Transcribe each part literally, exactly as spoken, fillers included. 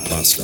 Master.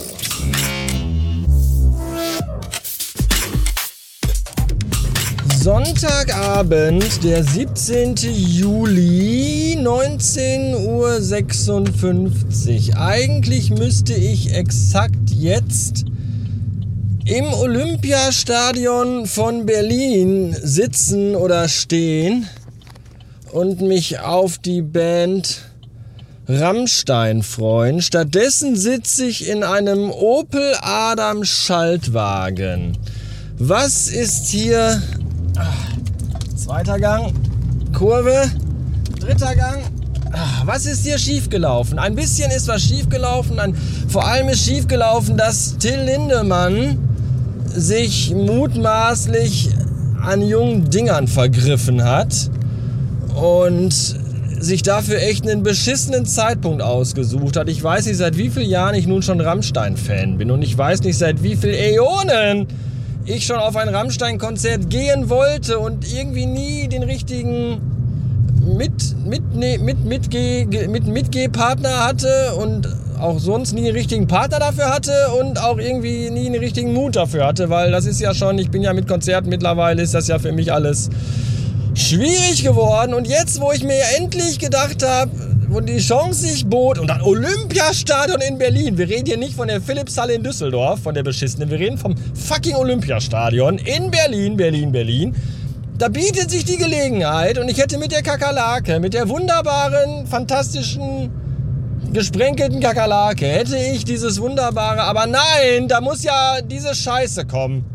Sonntagabend, der siebzehnten Juli, neunzehn Uhr sechsundfünfzig. Eigentlich müsste ich exakt jetzt im Olympiastadion von Berlin sitzen oder stehen und mich auf die Band Rammstein freuen. Stattdessen sitze ich in einem Opel Adam Schaltwagen. Was ist hier? Zweiter Gang, Kurve, dritter Gang. Was ist hier schiefgelaufen? Ein bisschen ist was schiefgelaufen. Ein, vor allem ist schiefgelaufen, dass Till Lindemann sich mutmaßlich an jungen Dingern vergriffen hat und sich dafür echt einen beschissenen Zeitpunkt ausgesucht hat. Ich weiß nicht, seit wie vielen Jahren ich nun schon Rammstein-Fan bin und ich weiß nicht, seit wie vielen Äonen ich schon auf ein Rammstein-Konzert gehen wollte und irgendwie nie den richtigen mit, mit, mit, mit, Mitgeh, mit, Mitgehpartner hatte und auch sonst nie den richtigen Partner dafür hatte und auch irgendwie nie den richtigen Mut dafür hatte, weil das ist ja schon, ich bin ja mit Konzerten mittlerweile, ist das ja für mich alles schwierig geworden. Und jetzt, wo ich mir endlich gedacht habe, wo die Chance sich bot, und dann Olympiastadion in Berlin. Wir reden hier nicht von der Philipshalle in Düsseldorf, von der beschissenen. Wir reden vom fucking Olympiastadion in Berlin, Berlin, Berlin. Da bietet sich die Gelegenheit und ich hätte mit der Kakerlake, mit der wunderbaren, fantastischen, gesprenkelten Kakerlake, hätte ich dieses wunderbare, aber nein, da muss ja diese Scheiße kommen.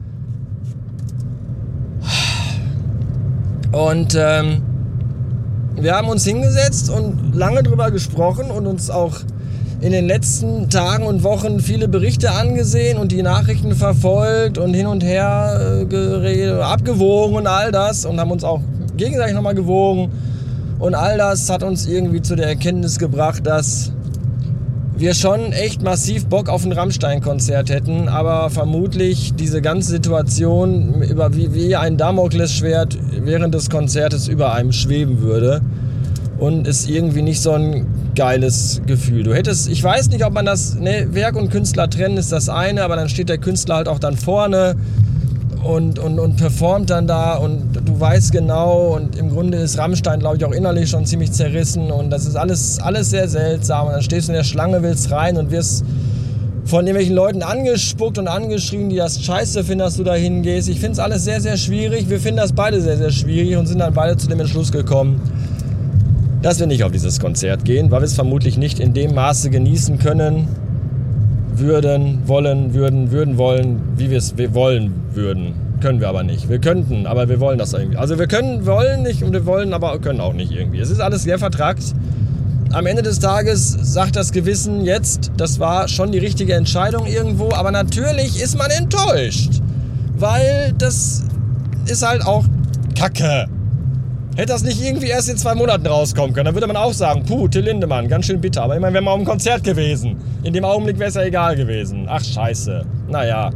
Und ähm, wir haben uns hingesetzt und lange drüber gesprochen und uns auch in den letzten Tagen und Wochen viele Berichte angesehen und die Nachrichten verfolgt und hin und her geredet, abgewogen und all das und haben uns auch gegenseitig nochmal gewogen. Und all das hat uns irgendwie zu der Erkenntnis gebracht, dass wir schon echt massiv Bock auf ein Rammstein-Konzert hätten, aber vermutlich diese ganze Situation über wie, wie ein Damoklesschwert während des Konzertes über einem schweben würde und ist irgendwie nicht so ein geiles Gefühl. Du hättest, ich weiß nicht, ob man das, ne, Werk und Künstler trennen ist das eine, aber dann steht der Künstler halt auch dann vorne und, und, und performt dann da und du weißt genau und im Grunde ist Rammstein, glaube ich, auch innerlich schon ziemlich zerrissen und das ist alles, alles sehr seltsam und dann stehst du in der Schlange, willst rein und wirst von irgendwelchen Leuten angespuckt und angeschrien, die das scheiße finden, dass du da hingehst. Ich finde es alles sehr, sehr schwierig. Wir finden das beide sehr, sehr schwierig und sind dann beide zu dem Entschluss gekommen, dass wir nicht auf dieses Konzert gehen, weil wir es vermutlich nicht in dem Maße genießen können, würden, wollen, würden, würden wollen, wie wir es wollen würden. Können wir aber nicht. Wir könnten, aber wir wollen das irgendwie. Also wir können, wollen nicht und wir wollen, aber können auch nicht irgendwie. Es ist alles sehr vertrackt. Am Ende des Tages sagt das Gewissen jetzt, das war schon die richtige Entscheidung irgendwo, aber natürlich ist man enttäuscht, weil das ist halt auch Kacke. Hätte das nicht irgendwie erst in zwei Monaten rauskommen können, dann würde man auch sagen, puh, Till Lindemann, ganz schön bitter. Aber immerhin wäre man auf dem Konzert gewesen. In dem Augenblick wäre es ja egal gewesen. Ach, scheiße. Naja.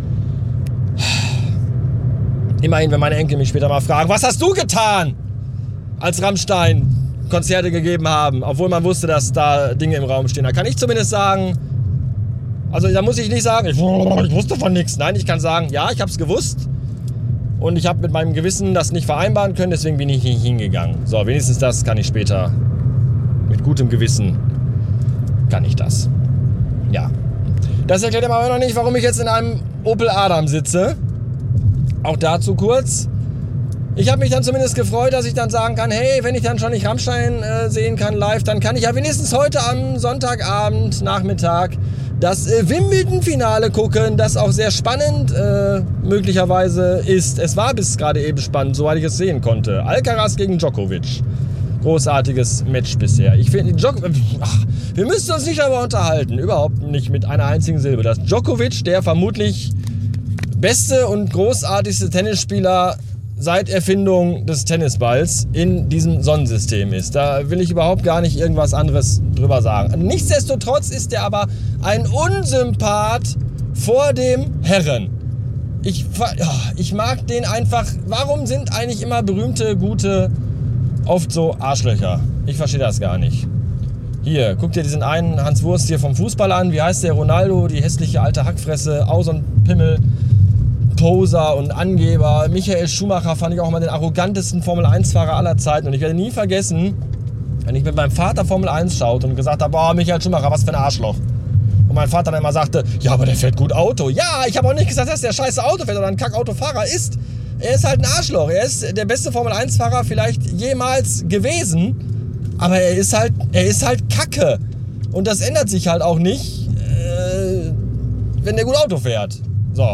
Immerhin, wenn meine Enkel mich später mal fragen, was hast du getan, als Rammstein Konzerte gegeben haben, obwohl man wusste, dass da Dinge im Raum stehen. Da kann ich zumindest sagen, also da muss ich nicht sagen, ich, ich wusste von nichts. Nein, ich kann sagen, ja, ich habe es gewusst. Und ich habe mit meinem Gewissen das nicht vereinbaren können, deswegen bin ich nicht hingegangen. So, wenigstens das kann ich später mit gutem Gewissen, kann ich das. Ja. Das erklärt aber noch nicht, warum ich jetzt in einem Opel Adam sitze. Auch dazu kurz. Ich habe mich dann zumindest gefreut, dass ich dann sagen kann, hey, wenn ich dann schon nicht Rammstein äh, sehen kann live, dann kann ich ja wenigstens heute am Sonntagabend, Nachmittag, das äh, Wimbledon-Finale gucken, das auch sehr spannend äh, möglicherweise ist. Es war bis gerade eben spannend, soweit ich es sehen konnte. Alcaraz gegen Djokovic. Großartiges Match bisher. Ich finde, wir müssen uns nicht darüber unterhalten, überhaupt nicht mit einer einzigen Silbe. Dass Djokovic, der vermutlich beste und großartigste Tennisspieler seit Erfindung des Tennisballs in diesem Sonnensystem ist. Da will ich überhaupt gar nicht irgendwas anderes drüber sagen. Nichtsdestotrotz ist er aber ein Unsympath vor dem Herren. Ich, ich mag den einfach. Warum sind eigentlich immer berühmte, gute, oft so Arschlöcher? Ich verstehe das gar nicht. Hier, guck dir diesen einen Hans Wurst hier vom Fußball an. Wie heißt der? Ronaldo, die hässliche alte Hackfresse, auch so ein Pimmel, Poser und Angeber. Michael Schumacher fand ich auch mal den arrogantesten Formel eins Fahrer aller Zeiten. Und ich werde nie vergessen, wenn ich mit meinem Vater Formel eins schaute und gesagt habe, boah, Michael Schumacher, was für ein Arschloch. Und mein Vater dann immer sagte, ja, aber der fährt gut Auto. Ja, ich habe auch nicht gesagt, dass der scheiße Auto fährt oder ein Kackautofahrer ist. Er ist halt ein Arschloch. Er ist der beste Formel eins Fahrer vielleicht jemals gewesen. Aber er ist halt, er ist halt Kacke. Und das ändert sich halt auch nicht, äh, wenn der gut Auto fährt. So.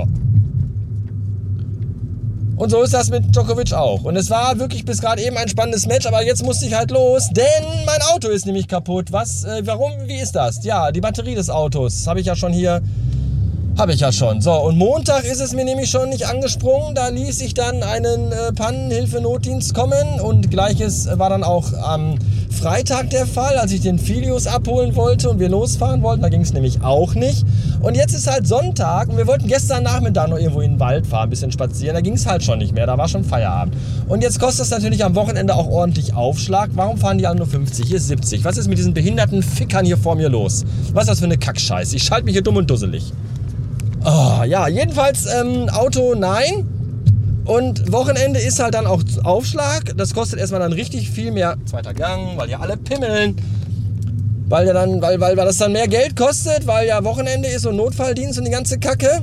Und so ist das mit Djokovic auch. Und es war wirklich bis gerade eben ein spannendes Match, aber jetzt musste ich halt los, denn mein Auto ist nämlich kaputt. Was, äh, warum, wie ist das? Ja, die Batterie des Autos habe ich ja schon hier, habe ich ja schon. So, und Montag ist es mir nämlich schon nicht angesprungen. Da ließ ich dann einen äh, Pannenhilfe-Notdienst kommen und gleiches war dann auch am Freitag der Fall, als ich den Filius abholen wollte und wir losfahren wollten. Da ging es nämlich auch nicht. Und jetzt ist halt Sonntag und wir wollten gestern Nachmittag noch irgendwo in den Wald fahren, ein bisschen spazieren. Da ging es halt schon nicht mehr, da war schon Feierabend. Und jetzt kostet es natürlich am Wochenende auch ordentlich Aufschlag. Warum fahren die alle nur fünfzig? Hier ist siebzig. Was ist mit diesen behinderten Fickern hier vor mir los? Was ist das für eine Kackscheiße? Ich schalte mich hier dumm und dusselig. Oh, ja, jedenfalls ähm, Auto nein. Und Wochenende ist halt dann auch Aufschlag. Das kostet erstmal dann richtig viel mehr. Zweiter Gang, weil ja alle pimmeln. Weil, ja dann, weil, weil, weil das dann mehr Geld kostet, weil ja Wochenende ist und Notfalldienst und die ganze Kacke.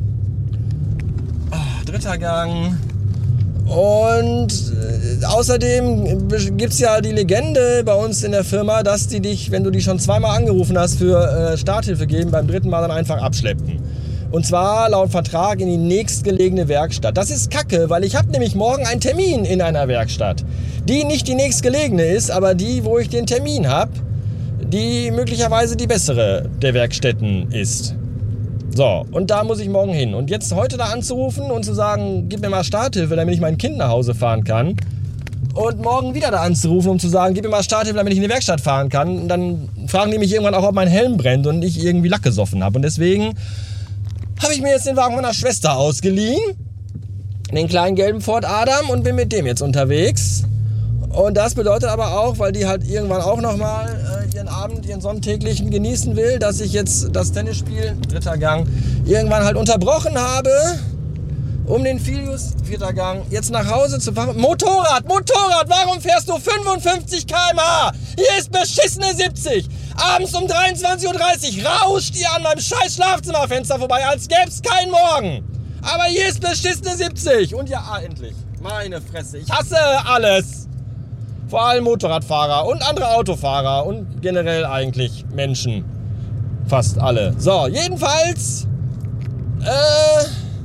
Oh, dritter Gang. Und äh, außerdem gibt es ja die Legende bei uns in der Firma, dass die dich, wenn du die schon zweimal angerufen hast, für äh, Starthilfe geben, beim dritten Mal dann einfach abschleppen. Und zwar laut Vertrag in die nächstgelegene Werkstatt. Das ist Kacke, weil ich habe nämlich morgen einen Termin in einer Werkstatt. Die nicht die nächstgelegene ist, aber die, wo ich den Termin habe, die möglicherweise die bessere der Werkstätten ist. So, und da muss ich morgen hin. Und jetzt heute da anzurufen und zu sagen, gib mir mal Starthilfe, damit ich mein Kind nach Hause fahren kann. Und morgen wieder da anzurufen, um zu sagen, gib mir mal Starthilfe, damit ich in die Werkstatt fahren kann. Und dann fragen die mich irgendwann auch, ob mein Helm brennt und ich irgendwie Lack gesoffen habe. Und deswegen habe ich mir jetzt den Wagen meiner Schwester ausgeliehen, den kleinen gelben Ford Adam, und bin mit dem jetzt unterwegs. Und das bedeutet aber auch, weil die halt irgendwann auch nochmal äh, ihren Abend, ihren sonntäglichen genießen will, dass ich jetzt das Tennisspiel, dritter Gang, irgendwann halt unterbrochen habe, um den Filius, vierter Gang, jetzt nach Hause zu fahren. Motorrad, Motorrad, warum fährst du fünfundfünfzig Kilometer pro Stunde? Hier ist beschissene siebzig. Abends um dreiundzwanzig Uhr dreißig rauscht ihr an meinem scheiß Schlafzimmerfenster vorbei, als gäbe es keinen Morgen. Aber hier ist beschissene siebzig. Und ja, endlich. Meine Fresse. Ich hasse alles. Vor allem Motorradfahrer und andere Autofahrer und generell eigentlich Menschen. Fast alle. So, jedenfalls äh,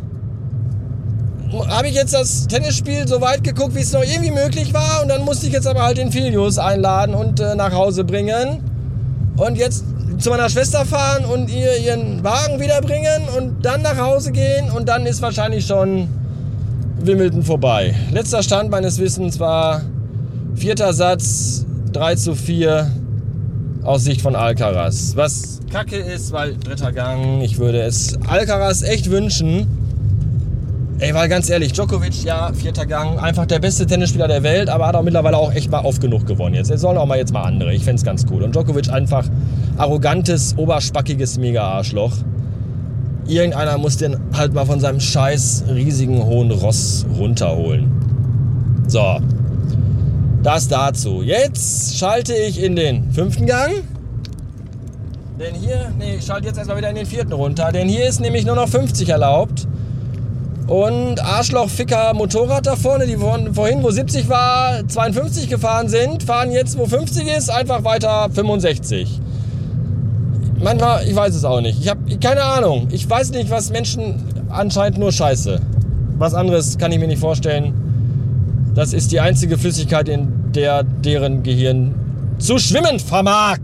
habe ich jetzt das Tennisspiel so weit geguckt, wie es noch irgendwie möglich war. Und dann musste ich jetzt aber halt den Filius einladen und äh, nach Hause bringen. Und jetzt zu meiner Schwester fahren und ihr ihren Wagen wiederbringen und dann nach Hause gehen. Und dann ist wahrscheinlich schon Wimbledon vorbei. Letzter Stand meines Wissens war vierter Satz, drei zu vier aus Sicht von Alcaraz. Was kacke ist, weil dritter Gang, ich würde es Alcaraz echt wünschen. Ey, weil ganz ehrlich, Djokovic, ja, vierter Gang, einfach der beste Tennisspieler der Welt, aber hat auch mittlerweile auch echt mal oft genug gewonnen jetzt. Jetzt sollen auch mal jetzt mal andere, ich fänd's ganz cool. Und Djokovic einfach arrogantes, oberspackiges Mega-Arschloch. Irgendeiner muss den halt mal von seinem scheiß riesigen hohen Ross runterholen. So, das dazu. Jetzt schalte ich in den fünften Gang. Denn hier, nee, ich schalte jetzt erstmal wieder in den vierten runter, denn hier ist nämlich nur noch fünfzig erlaubt. Und Arschloch-Ficker Motorrad da vorne, die vorhin, wo siebzig war, zweiundfünfzig gefahren sind, fahren jetzt, wo fünfzig ist, einfach weiter fünfundsechzig. Manchmal, ich weiß es auch nicht. Ich habe keine Ahnung. Ich weiß nicht, was Menschen anscheinend nur Scheiße. Was anderes kann ich mir nicht vorstellen. Das ist die einzige Flüssigkeit, in der deren Gehirn zu schwimmen vermag.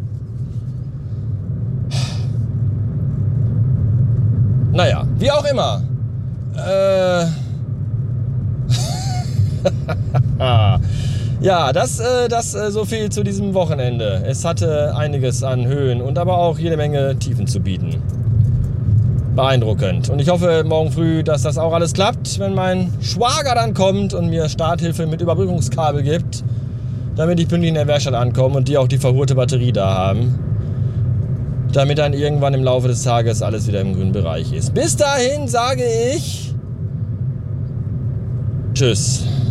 Naja, wie auch immer. Äh. Ja, das, äh, das äh, so viel zu diesem Wochenende. Es hatte einiges an Höhen und aber auch jede Menge Tiefen zu bieten. Beeindruckend. Und ich hoffe morgen früh, dass das auch alles klappt, wenn mein Schwager dann kommt und mir Starthilfe mit Überbrückungskabel gibt damit ich pünktlich in der Werkstatt ankomme und die auch die verhurte Batterie da haben. Damit dann irgendwann im Laufe des Tages alles wieder im grünen Bereich ist. Bis dahin sage ich Tschüss.